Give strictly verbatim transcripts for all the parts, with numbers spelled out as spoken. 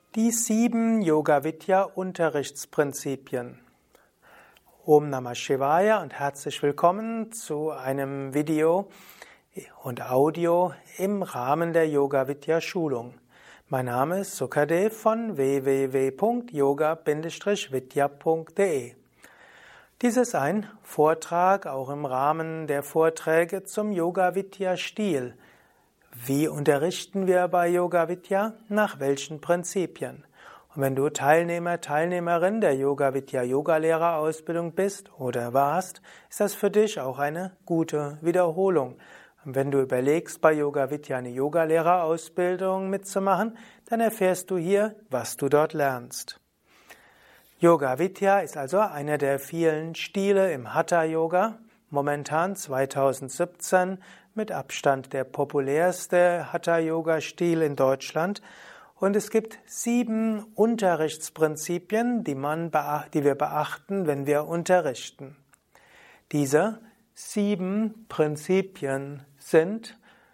Die sieben Yoga-Vidya-Unterrichtsprinzipien. Om Namah Shivaya und herzlich willkommen zu einem Video und Audio im Rahmen der Yoga-Vidya-Schulung. Mein Name ist Sukadev von w w w punkt yoga Bindestrich vidya punkt de. Dies ist ein Vortrag, auch im Rahmen der Vorträge zum Yoga-Vidya-Stil. Wie unterrichten wir bei Yoga Vidya? Nach welchen Prinzipien? Und wenn du Teilnehmer, Teilnehmerin der Yoga Vidya Yogalehrerausbildung bist oder warst, ist das für dich auch eine gute Wiederholung. Und wenn du überlegst, bei Yoga Vidya eine Yogalehrerausbildung mitzumachen, dann erfährst du hier, was du dort lernst. Yoga Vidya ist also einer der vielen Stile im Hatha Yoga. Momentan zweitausendsiebzehn mit Abstand der populärste Hatha-Yoga-Stil in Deutschland. Und es gibt sieben Unterrichtsprinzipien, die, man die wir beachten, wenn wir unterrichten. Diese sieben Prinzipien sind: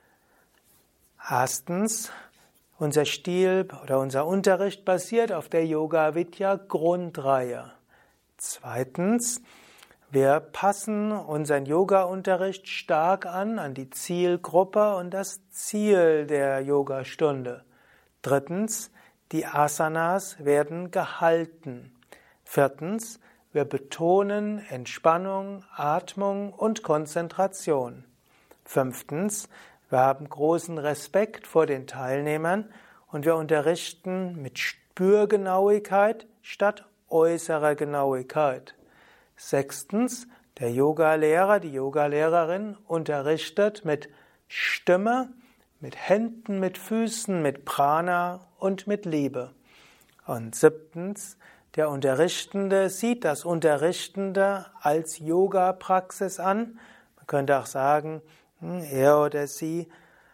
Erstens, unser Stil oder unser Unterricht basiert auf der Yoga-Vidya-Grundreihe. Zweitens, wir passen unseren Yoga-Unterricht stark an, an die Zielgruppe und das Ziel der Yogastunde. Drittens, die Asanas werden gehalten. Viertens, wir betonen Entspannung, Atmung und Konzentration. Fünftens, wir haben großen Respekt vor den Teilnehmern und wir unterrichten mit Spürgenauigkeit statt äußerer Genauigkeit. Sechstens, der Yogalehrer, die Yogalehrerin unterrichtet mit Stimme, mit Händen, mit Füßen, mit Prana und mit Liebe. Und siebtens, der Unterrichtende sieht das Unterrichtende als Yoga-Praxis an. Man könnte auch sagen, er oder sie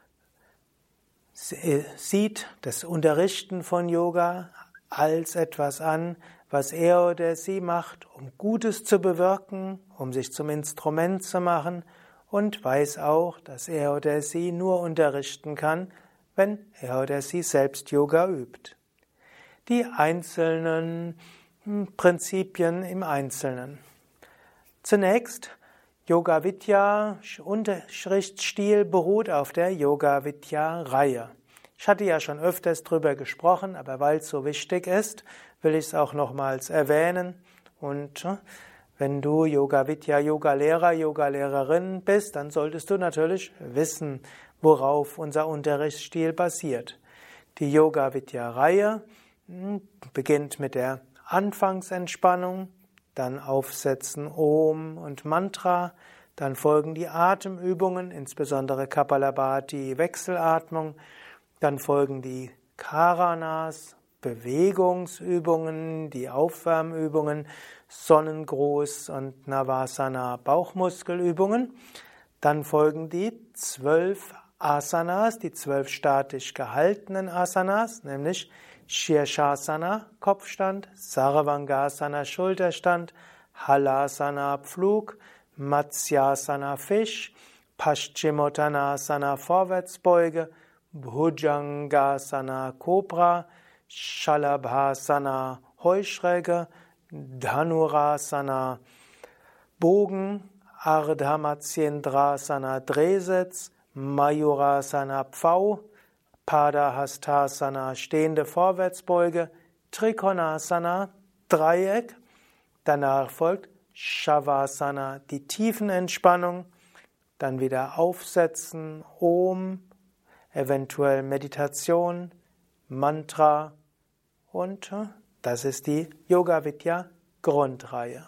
sieht das Unterrichten von Yoga als etwas an, was er oder sie macht, um Gutes zu bewirken, um sich zum Instrument zu machen, und weiß auch, dass er oder sie nur unterrichten kann, wenn er oder sie selbst Yoga übt. Die einzelnen Prinzipien im Einzelnen. Zunächst, Yoga Vidya Unterrichtsstil beruht auf der Yoga Vidya Reihe. Ich hatte ja schon öfters drüber gesprochen, aber weil es so wichtig ist, will ich es auch nochmals erwähnen. Und wenn du Yoga Vidya Yogalehrer, Yogalehrerin bist, dann solltest du natürlich wissen, worauf unser Unterrichtsstil basiert. Die Yoga Vidya Reihe beginnt mit der Anfangsentspannung, dann Aufsetzen Om und Mantra, dann folgen die Atemübungen, insbesondere Kapalabhati, Wechselatmung, dann folgen die Karanas, Bewegungsübungen, die Aufwärmübungen, Sonnengruß und Navasana, Bauchmuskelübungen. Dann folgen die zwölf Asanas, die zwölf statisch gehaltenen Asanas, nämlich Shirshasana, Kopfstand, Sarvangasana, Schulterstand, Halasana, Pflug, Matsyasana, Fisch, Paschimottanasana, Vorwärtsbeuge, Bhujangasana, Kobra, Shalabhasana, Heuschrecke, Dhanurasana, Bogen, Ardha Matsyendrasana, Drehsitz, Mayurasana, Pfau, Padahastasana, stehende Vorwärtsbeuge, Trikonasana, Dreieck. Danach folgt Shavasana, die Tiefenentspannung, dann wieder Aufsetzen, Om, eventuell Meditation, Mantra, und das ist die Yoga Vidya Grundreihe.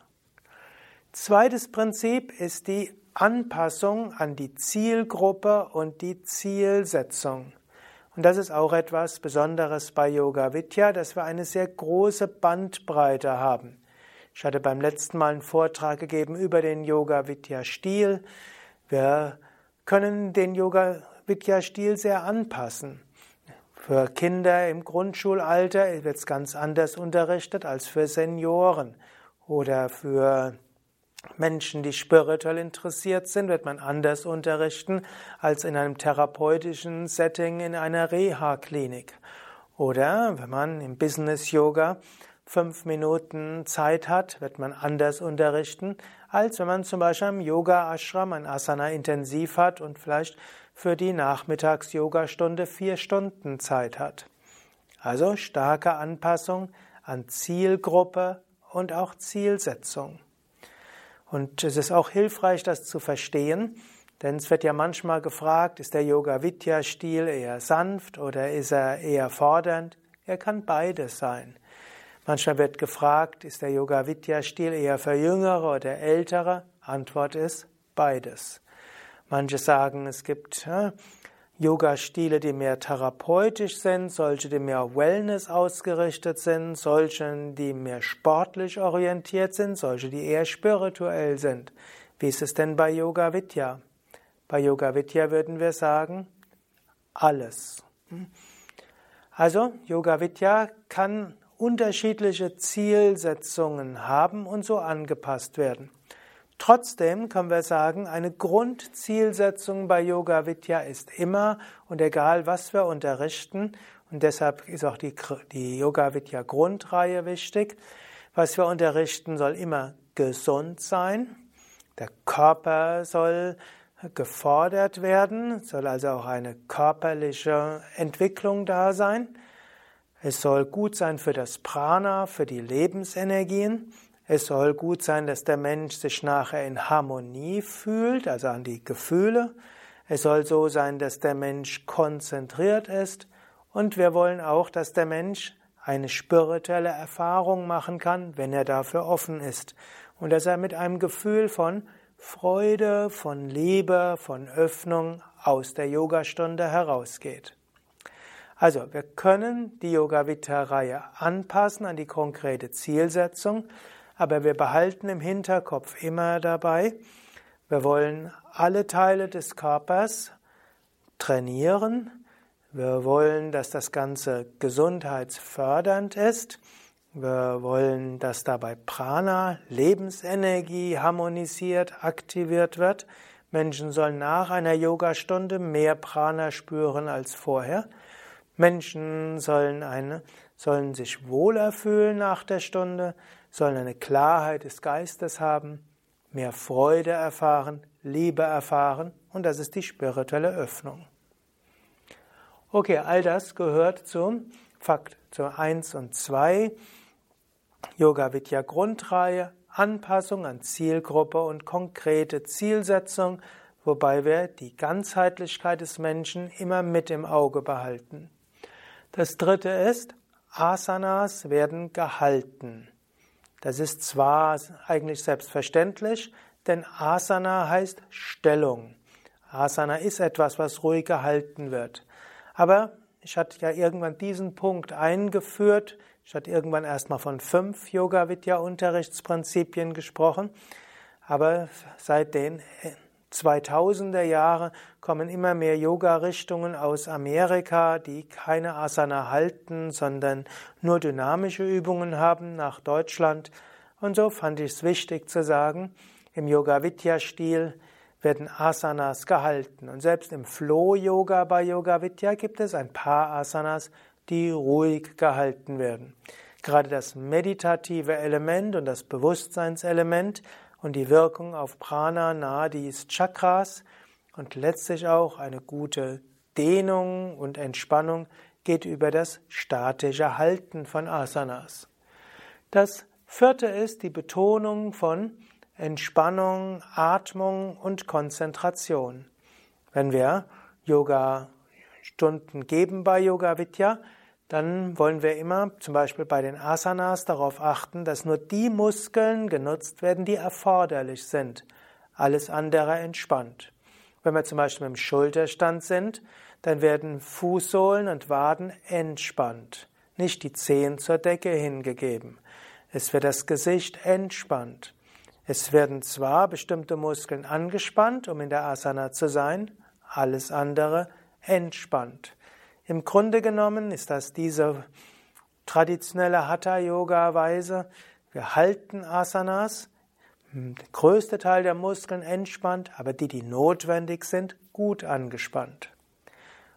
Zweites Prinzip ist die Anpassung an die Zielgruppe und die Zielsetzung. Und das ist auch etwas Besonderes bei Yoga Vidya, dass wir eine sehr große Bandbreite haben. Ich hatte beim letzten Mal einen Vortrag gegeben über den Yoga Vidya Stil. Wir können den Yoga Vidya Stil sehr anpassen. Für Kinder im Grundschulalter wird es ganz anders unterrichtet als für Senioren. Oder für Menschen, die spirituell interessiert sind, wird man anders unterrichten als in einem therapeutischen Setting in einer Reha-Klinik. Oder wenn man im Business Yoga fünf Minuten Zeit hat, wird man anders unterrichten, als wenn man zum Beispiel im Yoga Ashram ein Asana intensiv hat und vielleicht für die Nachmittags-Yoga-Stunde vier Stunden Zeit hat. Also starke Anpassung an Zielgruppe und auch Zielsetzung. Und es ist auch hilfreich, das zu verstehen, denn es wird ja manchmal gefragt, ist der Yoga-Vidya-Stil eher sanft oder ist er eher fordernd? Er kann beides sein. Manchmal wird gefragt, ist der Yoga-Vidya-Stil eher für Jüngere oder Ältere? Antwort ist beides. Manche sagen, es gibt ja, Yoga-Stile, die mehr therapeutisch sind, solche, die mehr auf Wellness ausgerichtet sind, solche, die mehr sportlich orientiert sind, solche, die eher spirituell sind. Wie ist es denn bei Yoga Vidya? Bei Yoga Vidya würden wir sagen, alles. Also Yoga Vidya kann unterschiedliche Zielsetzungen haben und so angepasst werden. Trotzdem können wir sagen, eine Grundzielsetzung bei Yoga Vidya ist immer, und egal was wir unterrichten, und deshalb ist auch die, die Yoga Vidya Grundreihe wichtig, was wir unterrichten soll immer gesund sein, der Körper soll gefordert werden, soll also auch eine körperliche Entwicklung da sein, es soll gut sein für das Prana, für die Lebensenergien. Es soll gut sein, dass der Mensch sich nachher in Harmonie fühlt, also an die Gefühle. Es soll so sein, dass der Mensch konzentriert ist. Und wir wollen auch, dass der Mensch eine spirituelle Erfahrung machen kann, wenn er dafür offen ist. Und dass er mit einem Gefühl von Freude, von Liebe, von Öffnung aus der Yogastunde herausgeht. Also, wir können die Yoga-Vidya-Reihe anpassen an die konkrete Zielsetzung, aber wir behalten im Hinterkopf immer dabei, wir wollen alle Teile des Körpers trainieren, wir wollen, dass das Ganze gesundheitsfördernd ist, wir wollen, dass dabei Prana, Lebensenergie harmonisiert, aktiviert wird. Menschen sollen nach einer Yogastunde mehr Prana spüren als vorher. Menschen sollen, eine, sollen sich wohler fühlen nach der Stunde, sollen eine Klarheit des Geistes haben, mehr Freude erfahren, Liebe erfahren, und das ist die spirituelle Öffnung. Okay, all das gehört zum Fakt zu eins und zwei, Yoga Vidya Grundreihe, Anpassung an Zielgruppe und konkrete Zielsetzung, wobei wir die Ganzheitlichkeit des Menschen immer mit im Auge behalten. Das dritte ist, Asanas werden gehalten. Das ist zwar eigentlich selbstverständlich, denn Asana heißt Stellung. Asana ist etwas, was ruhig gehalten wird. Aber ich hatte ja irgendwann diesen Punkt eingeführt. Ich hatte irgendwann erstmal von fünf Yoga-Vidya-Unterrichtsprinzipien gesprochen. Aber seit den zweitausender Jahre kommen immer mehr Yoga-Richtungen aus Amerika, die keine Asana halten, sondern nur dynamische Übungen haben nach Deutschland. Und so fand ich es wichtig zu sagen, im Yoga-Vidya-Stil werden Asanas gehalten. Und selbst im Flow-Yoga bei Yoga-Vidya gibt es ein paar Asanas, die ruhig gehalten werden. Gerade das meditative Element und das Bewusstseinselement und die Wirkung auf Prana, Nadis, Chakras und letztlich auch eine gute Dehnung und Entspannung geht über das statische Halten von Asanas. Das vierte ist die Betonung von Entspannung, Atmung und Konzentration. Wenn wir Yoga-Stunden geben bei Yoga Vidya, dann wollen wir immer, zum Beispiel bei den Asanas, darauf achten, dass nur die Muskeln genutzt werden, die erforderlich sind. Alles andere entspannt. Wenn wir zum Beispiel im Schulterstand sind, dann werden Fußsohlen und Waden entspannt, nicht die Zehen zur Decke hingegeben. Es wird das Gesicht entspannt. Es werden zwar bestimmte Muskeln angespannt, um in der Asana zu sein, alles andere entspannt. Im Grunde genommen ist das diese traditionelle Hatha-Yoga-Weise. Wir halten Asanas, der größte Teil der Muskeln entspannt, aber die, die notwendig sind, gut angespannt.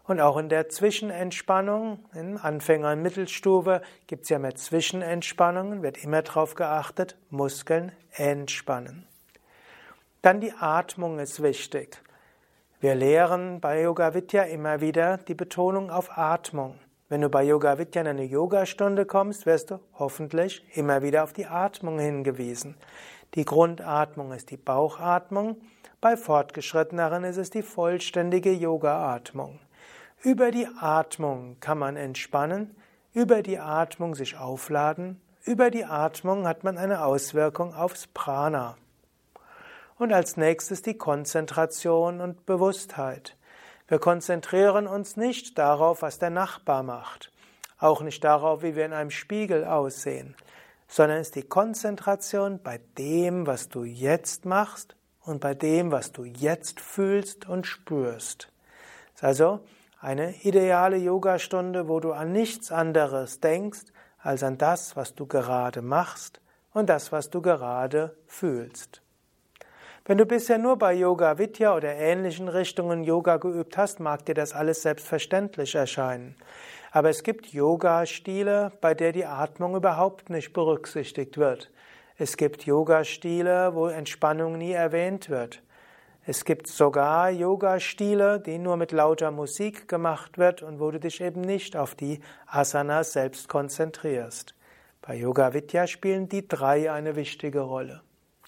Und auch in der Zwischenentspannung, in Anfänger- und Mittelstufe, gibt es ja mehr Zwischenentspannungen, wird immer darauf geachtet, Muskeln entspannen. Dann die Atmung ist wichtig. Wir lehren bei Yoga Vidya immer wieder die Betonung auf Atmung. Wenn du bei Yoga Vidya in eine Yogastunde kommst, wirst du hoffentlich immer wieder auf die Atmung hingewiesen. Die Grundatmung ist die Bauchatmung, bei Fortgeschritteneren ist es die vollständige Yoga-Atmung. Über die Atmung kann man entspannen, über die Atmung sich aufladen, über die Atmung hat man eine Auswirkung aufs Prana. Und als nächstes die Konzentration und Bewusstheit. Wir konzentrieren uns nicht darauf, was der Nachbar macht, auch nicht darauf, wie wir in einem Spiegel aussehen, sondern es ist die Konzentration bei dem, was du jetzt machst und bei dem, was du jetzt fühlst und spürst. Das ist also eine ideale Yogastunde, wo du an nichts anderes denkst, als an das, was du gerade machst und das, was du gerade fühlst. Wenn du bisher nur bei Yoga Vidya oder ähnlichen Richtungen Yoga geübt hast, mag dir das alles selbstverständlich erscheinen. Aber es gibt Yoga-Stile, bei der die Atmung überhaupt nicht berücksichtigt wird. Es gibt Yoga-Stile, wo Entspannung nie erwähnt wird. Es gibt sogar Yoga-Stile, die nur mit lauter Musik gemacht wird und wo du dich eben nicht auf die Asanas selbst konzentrierst. Bei Yoga Vidya spielen die drei eine wichtige Rolle.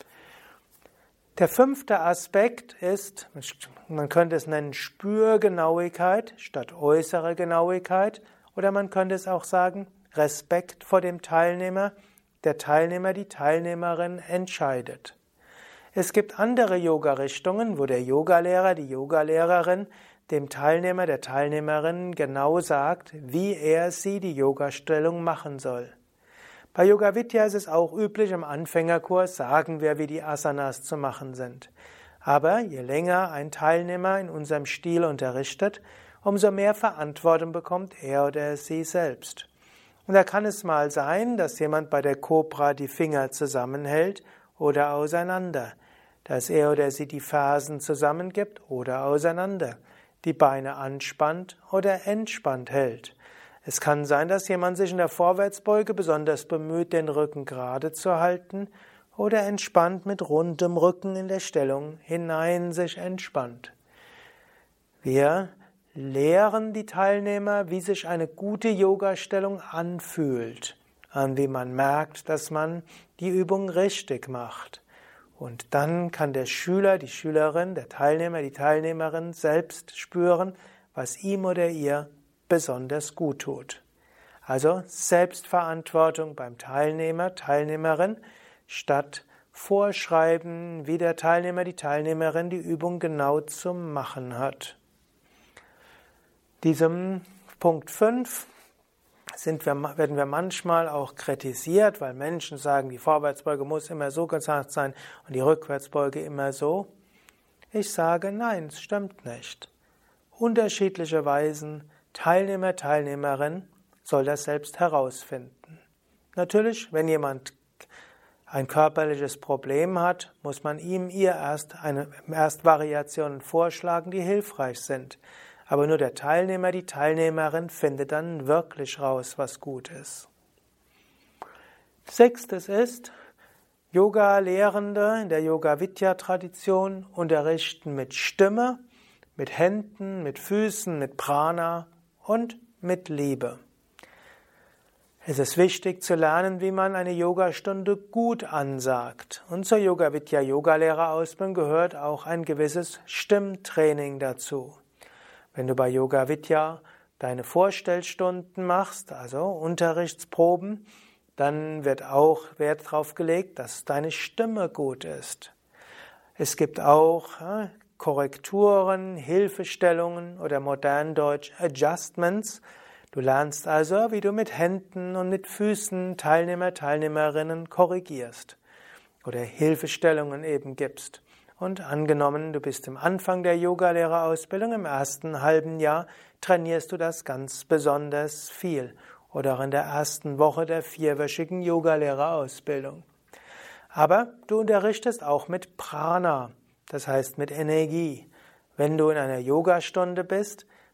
Der fünfte Aspekt ist, man könnte es nennen Spürgenauigkeit statt äußere Genauigkeit, oder man könnte es auch sagen Respekt vor dem Teilnehmer. Der Teilnehmer, die Teilnehmerin entscheidet. Es gibt andere Yoga-Richtungen, wo der Yogalehrer, die Yogalehrerin dem Teilnehmer, der Teilnehmerin genau sagt, wie er sie die Yogastellung machen soll. Bei Yoga Vidya ist es auch üblich, im Anfängerkurs sagen wir, wie die Asanas zu machen sind. Aber je länger ein Teilnehmer in unserem Stil unterrichtet, umso mehr Verantwortung bekommt er oder sie selbst. Und da kann es mal sein, dass jemand bei der Kobra die Finger zusammenhält oder auseinander, dass er oder sie die Fersen zusammengibt oder auseinander, die Beine anspannt oder entspannt hält. Es kann sein, dass jemand sich in der Vorwärtsbeuge besonders bemüht, den Rücken gerade zu halten oder entspannt mit rundem Rücken in der Stellung hinein sich entspannt. Wir lehren die Teilnehmer, wie sich eine gute Yogastellung anfühlt, an wie man merkt, dass man die Übung richtig macht. Und dann kann der Schüler, die Schülerin, der Teilnehmer, die Teilnehmerin selbst spüren, was ihm oder ihr besonders gut tut. Also Selbstverantwortung beim Teilnehmer, Teilnehmerin, statt vorschreiben, wie der Teilnehmer, die Teilnehmerin die Übung genau zu machen hat. Diesem Punkt fünf sind wir, werden wir manchmal auch kritisiert, weil Menschen sagen, die Vorwärtsbeuge muss immer so gesagt sein und die Rückwärtsbeuge immer so. Ich sage, nein, es stimmt nicht. Unterschiedliche Weisen, Teilnehmer, Teilnehmerin soll das selbst herausfinden. Natürlich, wenn jemand ein körperliches Problem hat, muss man ihm, ihr erst, eine, erst Variationen vorschlagen, die hilfreich sind. Aber nur der Teilnehmer, die Teilnehmerin findet dann wirklich raus, was gut ist. Sechstes ist, Yoga-Lehrende in der Yoga-Vidya-Tradition unterrichten mit Stimme, mit Händen, mit Füßen, mit Prana und mit Liebe. Es ist wichtig zu lernen, wie man eine Yogastunde gut ansagt. Und zur Yoga-Vidya-Yogalehrerausbildung gehört auch ein gewisses Stimmtraining dazu. Wenn du bei Yoga Vidya deine Vorstellstunden machst, also Unterrichtsproben, dann wird auch Wert darauf gelegt, dass deine Stimme gut ist. Es gibt auch äh, Korrekturen, Hilfestellungen oder modern Deutsch Adjustments. Du lernst also, wie du mit Händen und mit Füßen Teilnehmer, Teilnehmerinnen korrigierst oder Hilfestellungen eben gibst. Und angenommen, du bist im Anfang der Yogalehrerausbildung, im ersten halben Jahr, trainierst du das ganz besonders viel. Oder auch in der ersten Woche der vierwöchigen Yogalehrerausbildung. Aber du unterrichtest auch mit Prana, das heißt mit Energie. Wenn du in einer Yogastunde bist,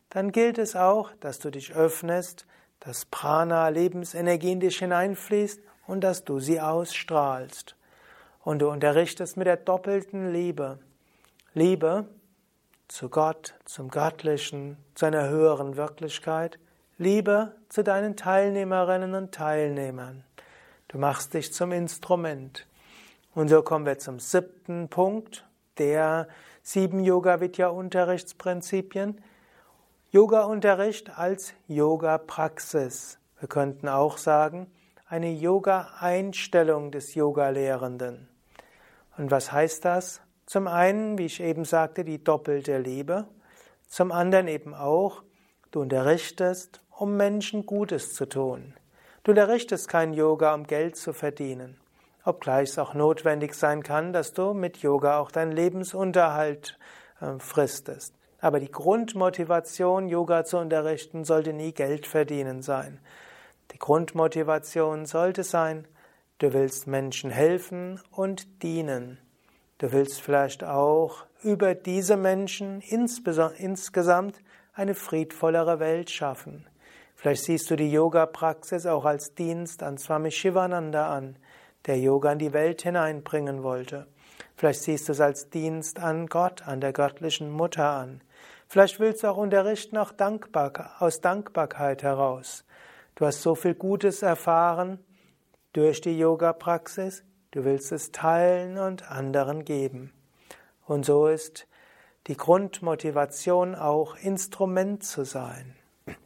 dann gilt es auch, dass du dich öffnest, dass Prana, Lebensenergie in dich hineinfließt und dass du sie ausstrahlst. Und du unterrichtest mit der doppelten Liebe. Liebe zu Gott, zum Göttlichen, zu einer höheren Wirklichkeit. Liebe zu deinen Teilnehmerinnen und Teilnehmern. Du machst dich zum Instrument. Und so kommen wir zum siebten Punkt der sieben Yoga-Vidya-Unterrichtsprinzipien. Yoga-Unterricht als Yoga-Praxis. Wir könnten auch sagen, eine Yoga-Einstellung des Yoga-Lehrenden. Und was heißt das? Zum einen, wie ich eben sagte, die doppelte Liebe. Zum anderen eben auch, du unterrichtest, um Menschen Gutes zu tun. Du unterrichtest kein Yoga, um Geld zu verdienen. Obgleich es auch notwendig sein kann, dass du mit Yoga auch deinen Lebensunterhalt äh, fristest. Aber die Grundmotivation, Yoga zu unterrichten, sollte nie Geld verdienen sein. Die Grundmotivation sollte sein, du willst Menschen helfen und dienen. Du willst vielleicht auch über diese Menschen insgesamt eine friedvollere Welt schaffen. Vielleicht siehst du die Yoga-Praxis auch als Dienst an Swami Shivananda an, der Yoga in die Welt hineinbringen wollte. Vielleicht siehst du es als Dienst an Gott, an der göttlichen Mutter an. Vielleicht willst du auch unterrichten auch dankbar, aus Dankbarkeit heraus. Du hast so viel Gutes erfahren durch die Yoga-Praxis, du willst es teilen und anderen geben. Und so ist die Grundmotivation auch, Instrument zu sein.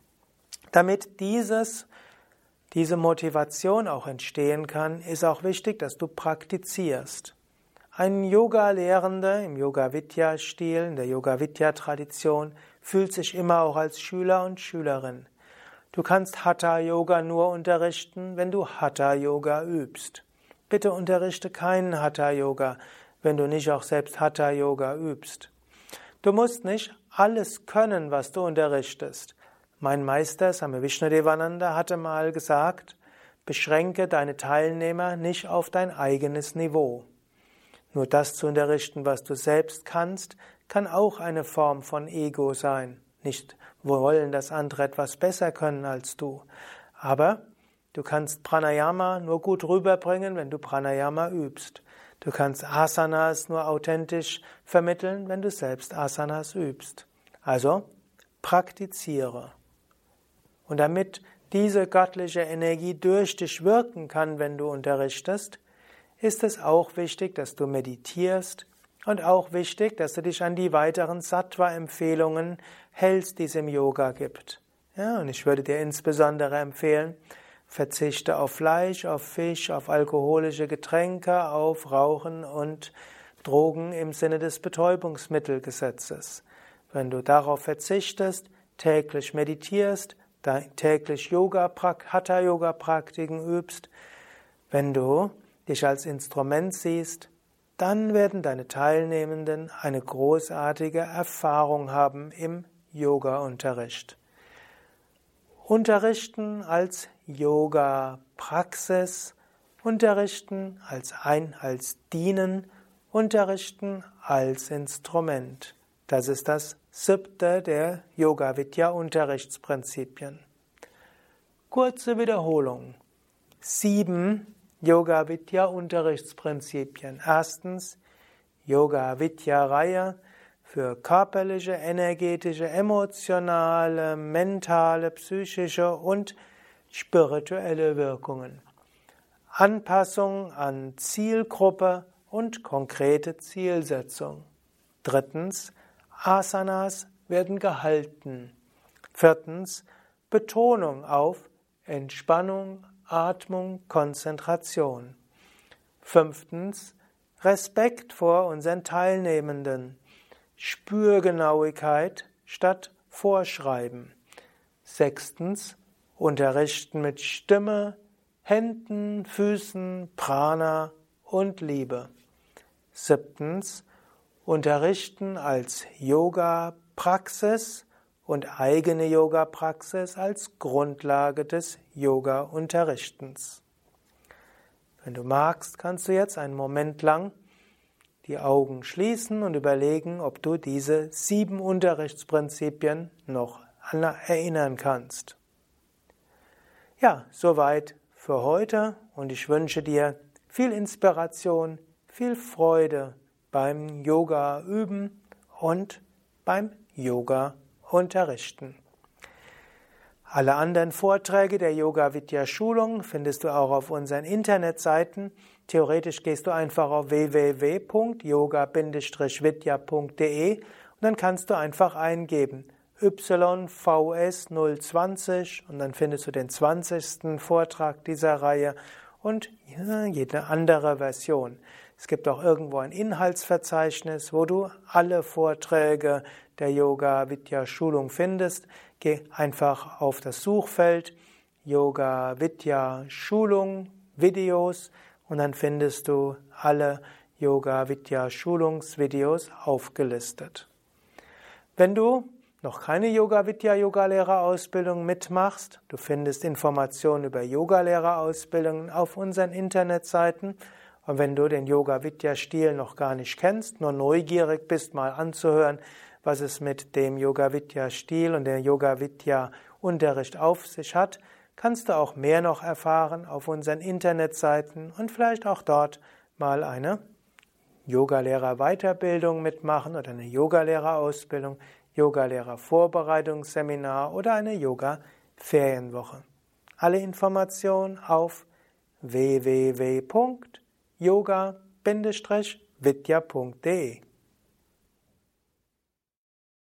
Damit dieses, diese Motivation auch entstehen kann, ist auch wichtig, dass du praktizierst. Ein Yoga-Lehrender im Yoga-Vidya-Stil, in der Yoga-Vidya-Tradition, fühlt sich immer auch als Schüler und Schülerin. Du kannst Hatha-Yoga nur unterrichten, wenn du Hatha-Yoga übst. Bitte unterrichte keinen Hatha-Yoga, wenn du nicht auch selbst Hatha-Yoga übst. Du musst nicht alles können, was du unterrichtest. Mein Meister, Swami Vishnudevananda, hatte mal gesagt, beschränke deine Teilnehmer nicht auf dein eigenes Niveau. Nur das zu unterrichten, was du selbst kannst, kann auch eine Form von Ego sein. Nicht wollen, dass andere etwas besser können als du. Aber du kannst Pranayama nur gut rüberbringen, wenn du Pranayama übst. Du kannst Asanas nur authentisch vermitteln, wenn du selbst Asanas übst. Also praktiziere. Und damit diese göttliche Energie durch dich wirken kann, wenn du unterrichtest, ist es auch wichtig, dass du meditierst und auch wichtig, dass du dich an die weiteren Sattva-Empfehlungen hältst, die es im Yoga gibt. Ja, und ich würde dir insbesondere empfehlen, verzichte auf Fleisch, auf Fisch, auf alkoholische Getränke, auf Rauchen und Drogen im Sinne des Betäubungsmittelgesetzes. Wenn du darauf verzichtest, täglich meditierst, täglich Yoga, Hatha-Yoga-Praktiken übst, wenn du dich als Instrument siehst, dann werden deine Teilnehmenden eine großartige Erfahrung haben im Yoga-Unterricht. Unterrichten als Yoga-Praxis, unterrichten als ein, als Dienen, unterrichten als Instrument. Das ist das siebte der Yoga-Vidya-Unterrichtsprinzipien. Kurze Wiederholung. Sieben Yoga-Vidya-Unterrichtsprinzipien. Erstens Yoga-Vidya-Reihe für körperliche, energetische, emotionale, mentale, psychische und spirituelle Wirkungen. Anpassung an Zielgruppe und konkrete Zielsetzung. Drittens, Asanas werden gehalten. Viertens, Betonung auf Entspannung, Atmung, Konzentration. Fünftens, Respekt vor unseren Teilnehmenden. Spürgenauigkeit statt Vorschreiben. Sechstens, Unterrichten mit Stimme, Händen, Füßen, Prana und Liebe. Siebtens, Unterrichten als Yoga-Praxis und eigene Yoga-Praxis als Grundlage des Yoga-Unterrichtens. Wenn du magst, kannst du jetzt einen Moment lang die Augen schließen und überlegen, ob du diese sieben Unterrichtsprinzipien noch erinnern kannst. Ja, soweit für heute und ich wünsche dir viel Inspiration, viel Freude beim Yoga üben und beim Yoga unterrichten. Alle anderen Vorträge der Yoga Vidya Schulung findest du auch auf unseren Internetseiten. Theoretisch gehst du einfach auf w w w punkt yoga Bindestrich vidya punkt de und dann kannst du einfach eingeben Y V S null zwanzig und dann findest du den zwanzigsten Vortrag dieser Reihe und jede andere Version. Es gibt auch irgendwo ein Inhaltsverzeichnis, wo du alle Vorträge der Yoga Vidya Schulung findest. Geh einfach auf das Suchfeld Yoga Vidya Schulung Videos und dann findest du alle Yoga Vidya Schulungsvideos aufgelistet. Wenn du noch keine Yoga Vidya Yogalehrerausbildung mitmachst, du findest Informationen über Yogalehrerausbildungen auf unseren Internetseiten. Und wenn du den Yoga Vidya Stil noch gar nicht kennst, nur neugierig bist, mal anzuhören, was es mit dem Yoga Vidya Stil und der Yoga Vidya Unterricht auf sich hat, kannst du auch mehr noch erfahren auf unseren Internetseiten und vielleicht auch dort mal eine Yogalehrer-Weiterbildung mitmachen oder eine Yogalehrerausbildung, Yogalehrer-Vorbereitungsseminar oder eine Yoga-Ferienwoche. Alle Informationen auf w w w punkt yoga Bindestrich vidya punkt de